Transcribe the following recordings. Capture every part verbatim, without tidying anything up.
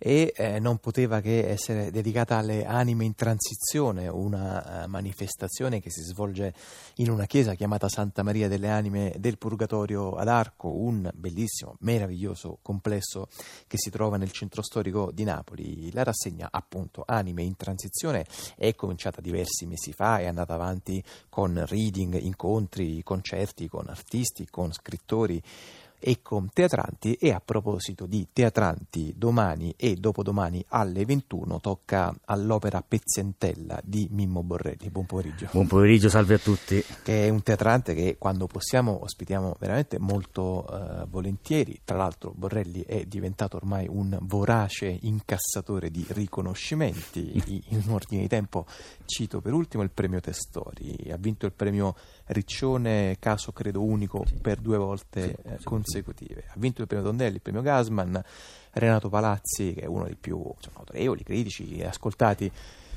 e eh, non poteva che essere dedicata alle anime in transizione, una uh, manifestazione che si svolge in una chiesa chiamata Santa Maria delle Anime del Purgatorio ad Arco, un bellissimo, meraviglioso complesso che si trova nel centro storico di Napoli. La rassegna, appunto, Anime in transizione, è cominciata diversi mesi fa, è andata avanti con reading, incontri, concerti con artisti, con scrittori e con teatranti. E a proposito di teatranti, domani e dopodomani alle ventuno tocca all'Opera Pezzentella di Mimmo Borrelli. Buon pomeriggio. Buon pomeriggio, salve a tutti. Che è un teatrante che quando possiamo ospitiamo veramente molto eh, volentieri. Tra l'altro Borrelli è diventato ormai un vorace incassatore di riconoscimenti. In ordine di tempo cito per ultimo il premio Testori, ha vinto il premio Riccione, caso credo unico, per due volte sì, eh, consecutive. Ha vinto il premio Tondelli, il premio Gassman. Renato Palazzi, che è uno dei più insomma, autorevoli, critici, ascoltati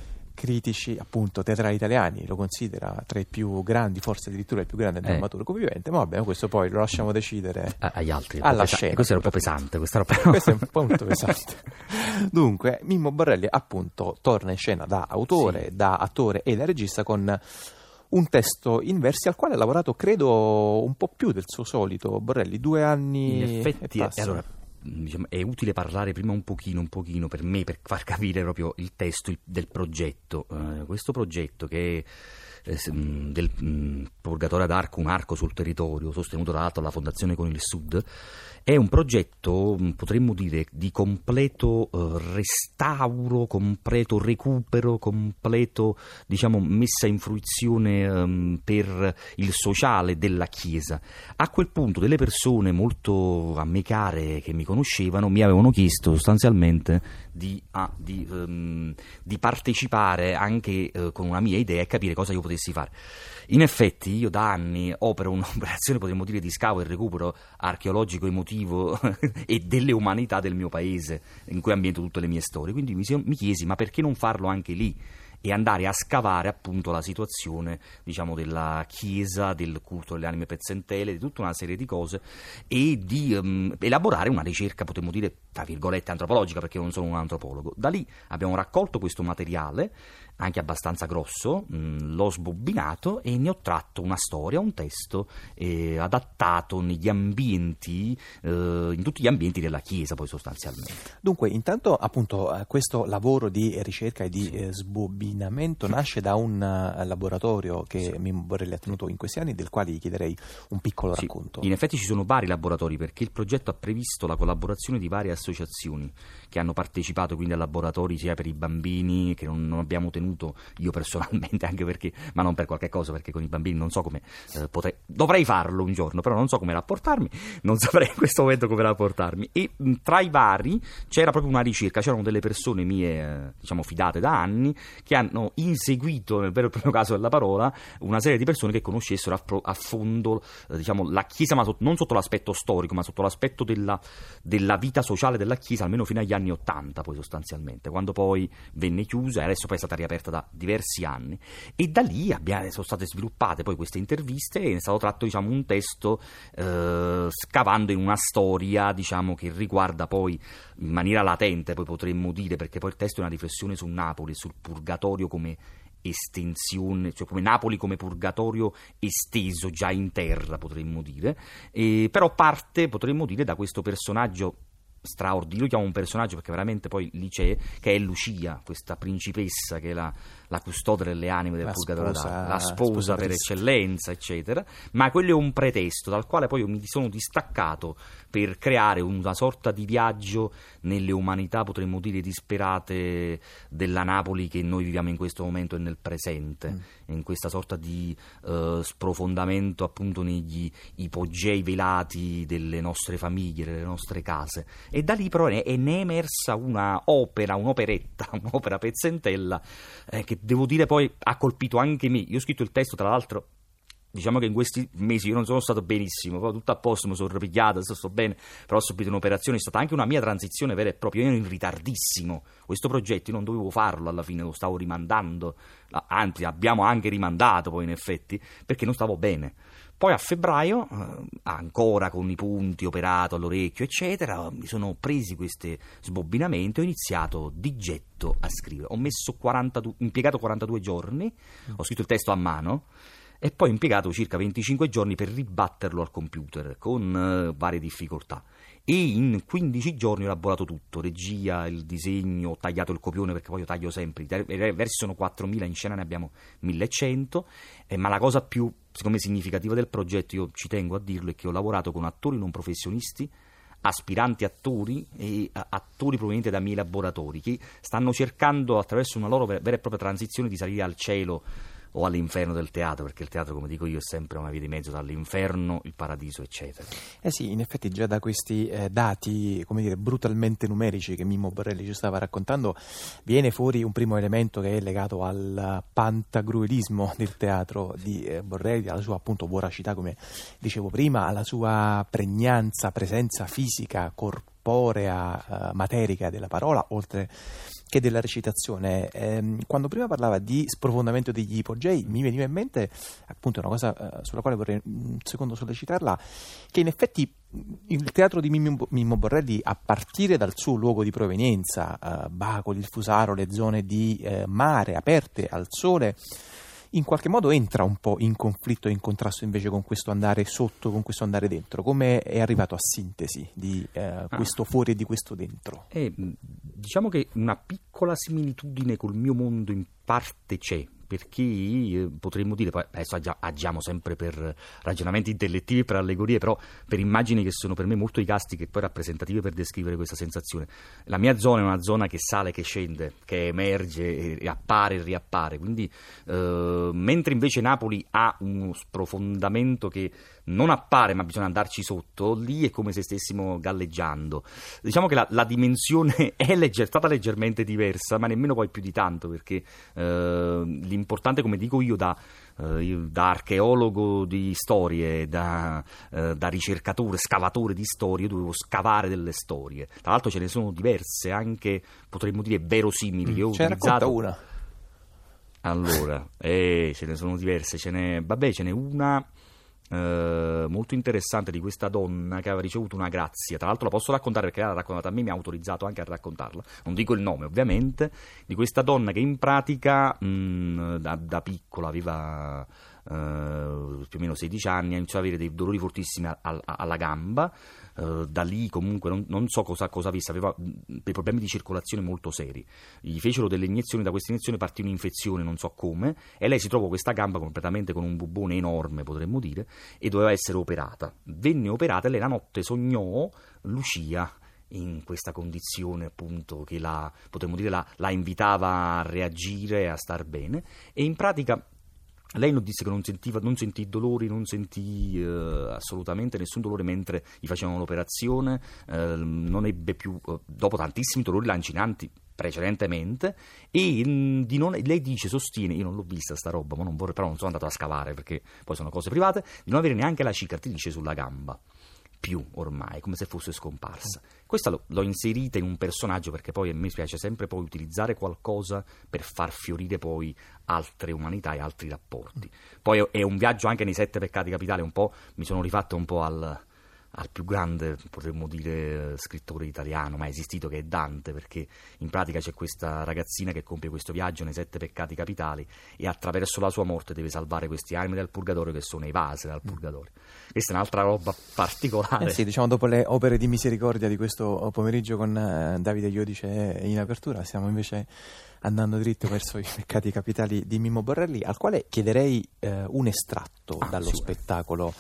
critici appunto teatrali italiani, lo considera tra i più grandi, forse addirittura il più grande drammaturgo eh. vivente, ma vabbè, questo poi lo lasciamo decidere a- agli altri, alla pesa- scena. Questo era un po' pesante, questa roba. Questo è un po' molto pesante. Dunque, Mimmo Borrelli appunto torna in scena da autore, sì. da attore e da regista con un testo in versi al quale ha lavorato credo un po' più del suo solito Borrelli, due anni in effetti, e passa. Allora, diciamo, è utile parlare prima un pochino, un pochino per me, per far capire proprio il testo il, del progetto. Uh, questo progetto che è eh, del mh, Purgatorio ad Arco, un arco sul territorio, sostenuto tra l'altro dalla Fondazione Con il Sud, è un progetto, potremmo dire, di completo uh, restauro, completo recupero, completo, diciamo, messa in fruizione um, per il sociale della Chiesa. A quel punto delle persone molto a me care che mi conoscevano mi avevano chiesto sostanzialmente di, ah, di, um, di partecipare anche uh, con una mia idea e capire cosa io potessi fare. In effetti io da anni opero un'operazione, potremmo dire, di scavo e recupero archeologico, emotivo e delle umanità del mio paese, in cui ambiento tutte le mie storie. Quindi mi, mi chiesi, ma perché non farlo anche lì? E andare a scavare appunto la situazione, diciamo, della Chiesa, del culto delle anime pezzentele, di tutta una serie di cose, e di um, elaborare una ricerca, potremmo dire, tra virgolette, antropologica, perché non sono un antropologo. Da lì abbiamo raccolto questo materiale, anche abbastanza grosso, mh, l'ho sbobbinato e ne ho tratto una storia, un testo eh, adattato negli ambienti, eh, in tutti gli ambienti della Chiesa poi sostanzialmente. Dunque, intanto appunto eh, questo lavoro di ricerca e di sì. eh, sbobbinamento nasce da un uh, laboratorio che sì. Mimmo Borrelli ha tenuto in questi anni, del quale gli chiederei un piccolo sì. racconto. In effetti ci sono vari laboratori, perché il progetto ha previsto la collaborazione di varie associazioni che hanno partecipato quindi a laboratori sia per i bambini, che non, non abbiamo tenuto io personalmente, anche perché, ma non per qualche cosa, perché con i bambini non so come eh, potrei, dovrei farlo un giorno, però non so come rapportarmi, non saprei in questo momento come rapportarmi. E mh, tra i vari c'era proprio una ricerca, c'erano delle persone mie, eh, diciamo, fidate da anni, che hanno inseguito, nel vero e proprio caso della parola, una serie di persone che conoscessero a, pro, a fondo, eh, diciamo, la Chiesa, ma so, non sotto l'aspetto storico, ma sotto l'aspetto della, della vita sociale della Chiesa, almeno fino agli anni Ottanta, poi sostanzialmente, quando poi venne chiusa e adesso poi è stata riaperta da diversi anni. E da lì abbiamo, sono state sviluppate poi queste interviste e è stato tratto, diciamo, un testo eh, scavando in una storia, diciamo, che riguarda poi in maniera latente, poi potremmo dire, perché poi il testo è una riflessione su Napoli, sul purgatorio come estensione, cioè come Napoli come purgatorio esteso già in terra, potremmo dire, e però parte, potremmo dire, da questo personaggio straordinario, io chiamo un personaggio perché veramente poi lì c'è, che è Lucia, questa principessa che è la, la custode delle anime del la purgatorio, sposa, la sposa, sposa per eccellenza, eccetera, ma quello è un pretesto dal quale poi io mi sono distaccato per creare una sorta di viaggio nelle umanità, potremmo dire, disperate della Napoli che noi viviamo in questo momento e nel presente, mm. in questa sorta di uh, sprofondamento appunto negli ipogei velati delle nostre famiglie, delle nostre case. E da lì però ne è emersa una opera, un'operetta, un'opera pezzentella eh, che devo dire poi ha colpito anche me. Io ho scritto il testo, tra l'altro, diciamo che in questi mesi io non sono stato benissimo, poi tutto a posto, mi sono ripigliato, sto, sto bene, però ho subito un'operazione, è stata anche una mia transizione vera e propria, io ero in ritardissimo, questo progetto io non dovevo farlo alla fine, lo stavo rimandando, anzi abbiamo anche rimandato poi in effetti, perché non stavo bene. Poi a febbraio, eh, ancora con i punti, operato all'orecchio, eccetera, mi sono presi questi sbobbinamenti, ho iniziato di getto a scrivere. Ho messo quarantadue, impiegato quarantadue giorni, ho scritto il testo a mano, e poi ho impiegato circa venticinque giorni per ribatterlo al computer, con eh, varie difficoltà. E in quindici giorni ho elaborato tutto, regia, il disegno, ho tagliato il copione perché poi io taglio sempre, i versi sono quattromila, in scena ne abbiamo millecento, eh, ma la cosa più, secondo me, significativa del progetto, io ci tengo a dirlo, è che ho lavorato con attori non professionisti, aspiranti attori e attori provenienti da miei laboratori, che stanno cercando attraverso una loro vera e propria transizione di salire al cielo o all'inferno del teatro, perché il teatro, come dico io, è sempre una via di mezzo dall'inferno, il paradiso, eccetera. Eh sì, in effetti già da questi eh, dati, come dire, brutalmente numerici che Mimmo Borrelli ci stava raccontando, viene fuori un primo elemento che è legato al pantagruelismo del teatro di eh, Borrelli, alla sua appunto voracità, come dicevo prima, alla sua pregnanza, presenza fisica, corporea, eh, materica della parola, oltre che della recitazione. Eh, quando prima parlava di sprofondamento degli ipogei, mi veniva in mente appunto una cosa eh, sulla quale vorrei un secondo sollecitarla, che in effetti il teatro di Mimmo, Mimmo Borrelli, a partire dal suo luogo di provenienza, eh, Bacoli, il Fusaro, le zone di eh, mare aperte al sole, in qualche modo entra un po' in conflitto e in contrasto invece con questo andare sotto, con questo andare dentro. Come è arrivato a sintesi di eh, questo fuori e di questo dentro? Eh, diciamo che una piccola similitudine col mio mondo in parte c'è, perché eh, potremmo dire, poi adesso agiamo sempre per ragionamenti intellettivi e per allegorie, però per immagini che sono per me molto icastiche e poi rappresentative per descrivere questa sensazione. La mia zona è una zona che sale, che scende, che emerge, e appare e riappare, quindi eh, mentre invece Napoli ha uno sprofondamento che non appare ma bisogna andarci sotto, lì è come se stessimo galleggiando. Diciamo che la, la dimensione è legger, stata leggermente diversa, ma nemmeno poi più di tanto, perché eh, l'importante, come dico io, da, eh, da archeologo di storie, da, eh, da ricercatore, scavatore di storie, io dovevo scavare delle storie. Tra l'altro ce ne sono diverse, anche potremmo dire verosimili, che ho Ce ne utilizzato. racconta una. Allora, eh, ce ne sono diverse, ce n'è, vabbè, ce n'è una eh, molto interessante di questa donna che aveva ricevuto una grazia. Tra l'altro la posso raccontare perché l'ha raccontata a me, mi ha autorizzato anche a raccontarla. Non dico il nome, ovviamente, di questa donna che in pratica mh, da, da piccola aveva Uh, più o meno sedici anni, ha iniziato ad avere dei dolori fortissimi a, a, alla gamba. Uh, da lì comunque non, non so cosa, cosa avesse, aveva dei problemi di circolazione molto seri, gli fecero delle iniezioni, da queste iniezioni partì un'infezione, non so come, e lei si trovò questa gamba completamente con un bubbone enorme, potremmo dire, e doveva essere operata. Venne operata e lei la notte sognò Lucia in questa condizione, appunto, che la, potremmo dire, la, la invitava a reagire, a star bene, e in pratica lei non disse che non sentiva, non sentì dolori, non sentì eh, assolutamente nessun dolore mentre gli facevano l'operazione, eh, non ebbe più, eh, dopo tantissimi dolori lancinanti precedentemente, e mh, di non, lei dice, sostiene, io non l'ho vista sta roba, ma non vorrei, però non sono andato a scavare perché poi sono cose private, di non avere neanche la cicatrice sulla gamba più, ormai, come se fosse scomparsa. Questa l'ho, l'ho inserita in un personaggio perché poi a me piace sempre poi utilizzare qualcosa per far fiorire poi altre umanità e altri rapporti. Poi è un viaggio anche nei sette peccati capitali, un po' mi sono rifatto un po' al, al più grande, potremmo dire, scrittore italiano mai esistito, che è Dante, perché in pratica c'è questa ragazzina che compie questo viaggio nei sette peccati capitali e attraverso la sua morte deve salvare questi anime dal purgatorio che sono evase dal purgatorio. Questa è un'altra roba particolare. Eh sì, diciamo, dopo le opere di misericordia di questo pomeriggio con eh, Davide Iodice in apertura, stiamo invece andando dritto verso i peccati capitali di Mimmo Borrelli, al quale chiederei eh, un estratto ah, dallo sicuro. spettacolo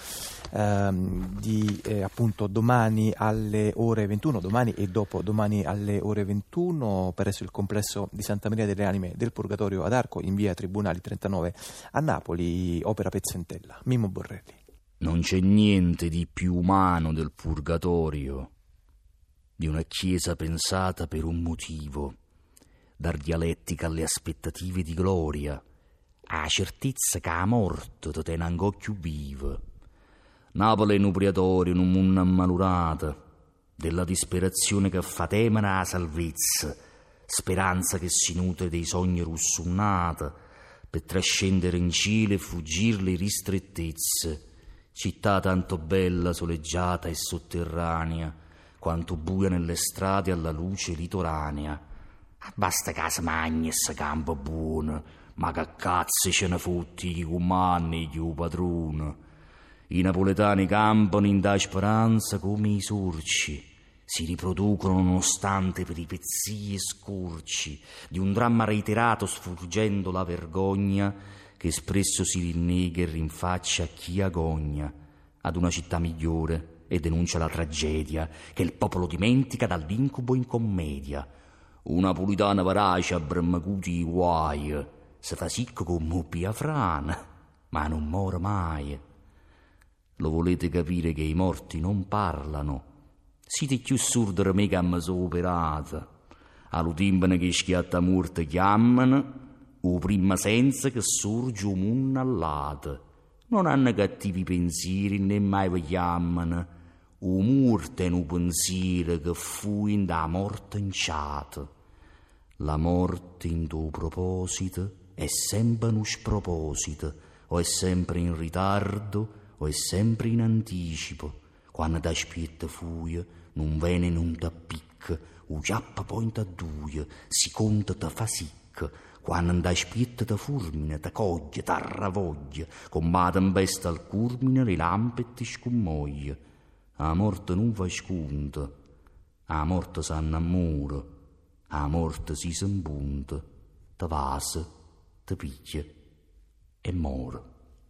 ehm, di eh, appunto domani alle ore ventuno, domani e dopo domani alle ore ventuno, presso il complesso di Santa Maria delle Anime del Purgatorio ad Arco, in via Tribunali trentanove a Napoli, opera Pezzentella. Mimmo Borrelli. Non c'è niente di più umano del purgatorio, di una chiesa pensata per un motivo, dar dialettica alle aspettative di gloria, la certezza che la morte ti tiene ancora più viva. Napoli è un ubriatorio, un mondo ammalurato, della disperazione che fa temere la salvezza, speranza che si nutre dei sogni russunnati, per trascendere in cielo e fuggire le ristrettezze. Città tanto bella, soleggiata e sotterranea, quanto buia nelle strade alla luce litoranea. Basta casa magna e sa campo buono, ma che cazzo ce ne fotti i comanni, i padroni. I napoletani campano in da speranza come i sorci, si riproducono nonostante peripezie e scorci di un dramma reiterato sfuggendo la vergogna che spesso si rinnega e rinfaccia a chi agogna ad una città migliore e denuncia la tragedia che il popolo dimentica dall'incubo in commedia. Una napolitana verace a brammacuti i guai se fa sicco come pia frana, ma non muore mai. Lo volete capire che i morti non parlano? Siete più sordi me che mi sono operata. Allo timpano che schiatta morte chiamano, o prima senza che sorge un mondo allato. Non hanno cattivi pensieri né mai vi chiamano. O morte è un pensiero che fu in da morte inciata. La morte in tuo proposito è sempre uno sproposito, o è sempre in ritardo o è sempre in anticipo. Quando t'aspetta fuia, non viene non t'appicca, o chiappa poi t'adduia, si conta te fa sicca. Quando t'aspetta te fulmine, te coglie, t'arravoglia, combatte in besta al culmine, le lampe e ti scommoglia. A morte non fa sconto, a morte s'annamora, a morte si s'impunta, te vasa, te picchia e muore.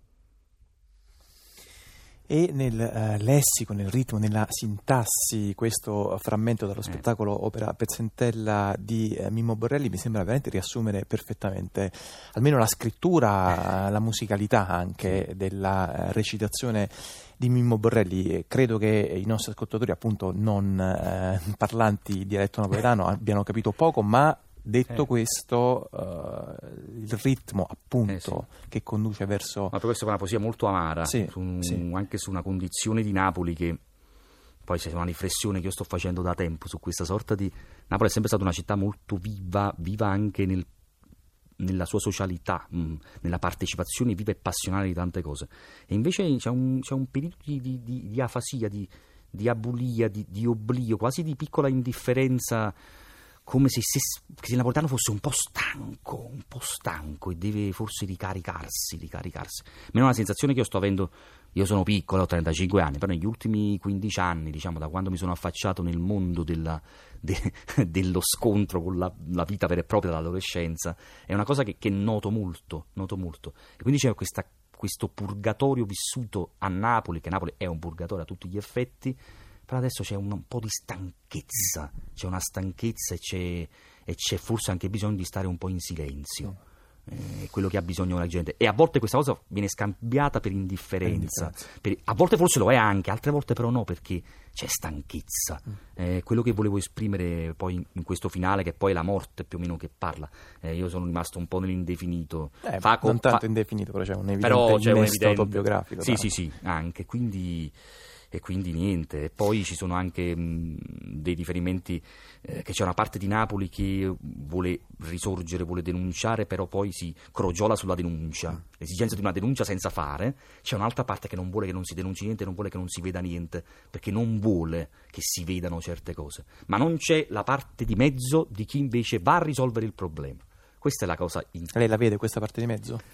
E nel uh, lessico, nel ritmo, nella sintassi, questo frammento dallo spettacolo eh. opera Pezzentella di uh, Mimmo Borrelli mi sembra veramente riassumere perfettamente almeno la scrittura, eh. la musicalità anche sì. della uh, recitazione di Mimmo Borrelli. Credo che i nostri ascoltatori, appunto non eh, parlanti di dialetto napoletano, abbiano capito poco, ma detto eh. questo, uh, il ritmo appunto eh sì. che conduce verso... Ma per questo è una poesia molto amara, sì, su un, sì. anche su una condizione di Napoli che poi c'è una riflessione che io sto facendo da tempo su questa sorta di... Napoli è sempre stata una città molto viva, viva anche nel, nella sua socialità, mh, nella partecipazione viva e passionale di tante cose. E invece c'è un, c'è un periodo di, di, di, di afasia, di, di abulia, di, di oblio, quasi di piccola indifferenza, come se, se, se il napoletano fosse un po' stanco, un po' stanco e deve forse ricaricarsi, ricaricarsi. Meno la sensazione che io sto avendo, io sono piccolo, ho trentacinque anni, però negli ultimi quindici anni, diciamo, da quando mi sono affacciato nel mondo della, de, dello scontro con la, la vita vera e propria dell'adolescenza, è una cosa che, che noto molto, noto molto. E quindi c'è questa, questo purgatorio vissuto a Napoli, che Napoli è un purgatorio a tutti gli effetti, però adesso c'è un, un po' di stanchezza, c'è una stanchezza e c'è, e c'è forse anche bisogno di stare un po' in silenzio, è eh, quello che ha bisogno la gente. E a volte questa cosa viene scambiata per indifferenza, per, a volte forse lo è anche, altre volte però no, perché c'è stanchezza. Mm. Eh, quello che volevo esprimere poi in, in questo finale, che poi è la morte più o meno che parla, eh, io sono rimasto un po' nell'indefinito. Eh, fa, non tanto fa, indefinito, però c'è un evidente però c'è un evidente autobiografico. Sì, sì, sì, anche, quindi... E quindi niente, e poi ci sono anche mh, dei riferimenti, eh, che c'è una parte di Napoli che vuole risorgere, vuole denunciare, però poi si crogiola sulla denuncia, l'esigenza di una denuncia senza fare. C'è un'altra parte che non vuole che non si denunci niente, non vuole che non si veda niente, perché non vuole che si vedano certe cose. Ma non c'è la parte di mezzo di chi invece va a risolvere il problema. Questa è la cosa... In... Lei la vede questa parte di mezzo?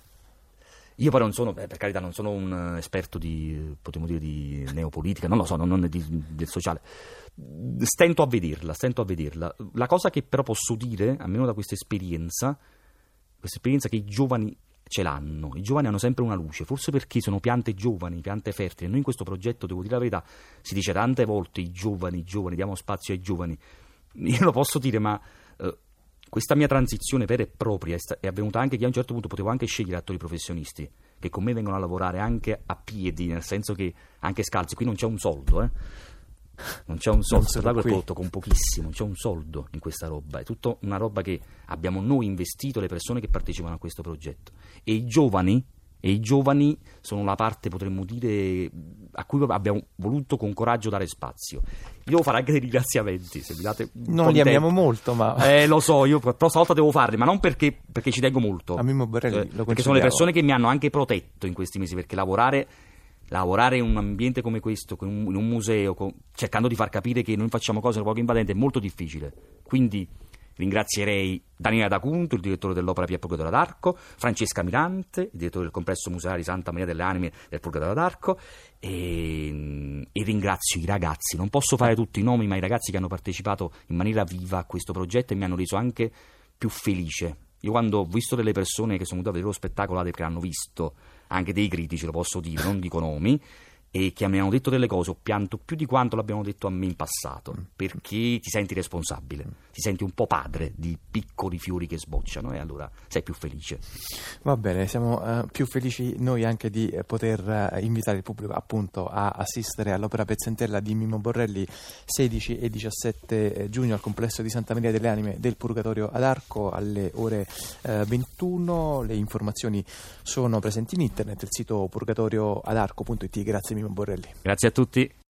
Io però non sono, per carità, non sono un esperto di, potremmo dire, di neopolitica, non lo so, non, non di, del sociale. Stento a vederla, stento a vederla. La cosa che però posso dire, almeno da questa esperienza, questa esperienza che i giovani ce l'hanno, i giovani hanno sempre una luce, forse perché sono piante giovani, piante fertili. Noi in questo progetto, devo dire la verità, si dice tante volte i giovani, i giovani, diamo spazio ai giovani. Io lo posso dire, ma... Eh, questa mia transizione vera e propria è avvenuta anche che a un certo punto potevo anche scegliere attori professionisti che con me vengono a lavorare anche a piedi, nel senso che anche scalzi, qui non c'è un soldo, eh. Non c'è un soldo, Non solo spettacolo è qui. prodotto con pochissimo, non c'è un soldo in questa roba, è tutta una roba che abbiamo noi investito, le persone che partecipano a questo progetto, e i giovani, e i giovani sono la parte, potremmo dire, a cui abbiamo voluto con coraggio dare spazio. Io devo fare anche dei ringraziamenti, se mi date un po' Non di li amiamo tempo. molto, ma Eh, lo so, io però stavolta devo farli, ma non perché, perché ci tengo molto. a Mimmo Borrelli Eh, lo perché sono le concediamo. persone che mi hanno anche protetto in questi mesi, perché lavorare lavorare in un ambiente come questo, con un- in un museo, con- cercando di far capire che noi facciamo cose poco invadenti, è molto difficile. Quindi ringrazierei Daniela D'Acunto, il direttore dell'Opera Pia Purgatorio d'Arco, Francesca Mirante, il direttore del complesso museale Santa Maria delle Anime del Purgatorio d'Arco, e, e ringrazio i ragazzi. Non posso fare tutti i nomi, ma i ragazzi che hanno partecipato in maniera viva a questo progetto e mi hanno reso anche più felice. Io quando ho visto delle persone che sono venute a vedere lo spettacolo, perché hanno visto anche dei critici, lo posso dire, non dico nomi, e che mi hanno detto delle cose, ho pianto più di quanto l'abbiamo detto a me in passato, perché ti senti responsabile, ti senti un po' padre di piccoli fiori che sbocciano e allora sei più felice. Va bene, siamo eh, più felici noi anche di eh, poter eh, invitare il pubblico appunto a assistere all'opera pezzentella di Mimmo Borrelli sedici e diciassette giugno al complesso di Santa Maria delle Anime del Purgatorio ad Arco alle ore eh, ventuno. Le informazioni sono presenti in internet, il sito purgatorioadarco punto it. Grazie Mimmo Borrelli. Grazie a tutti.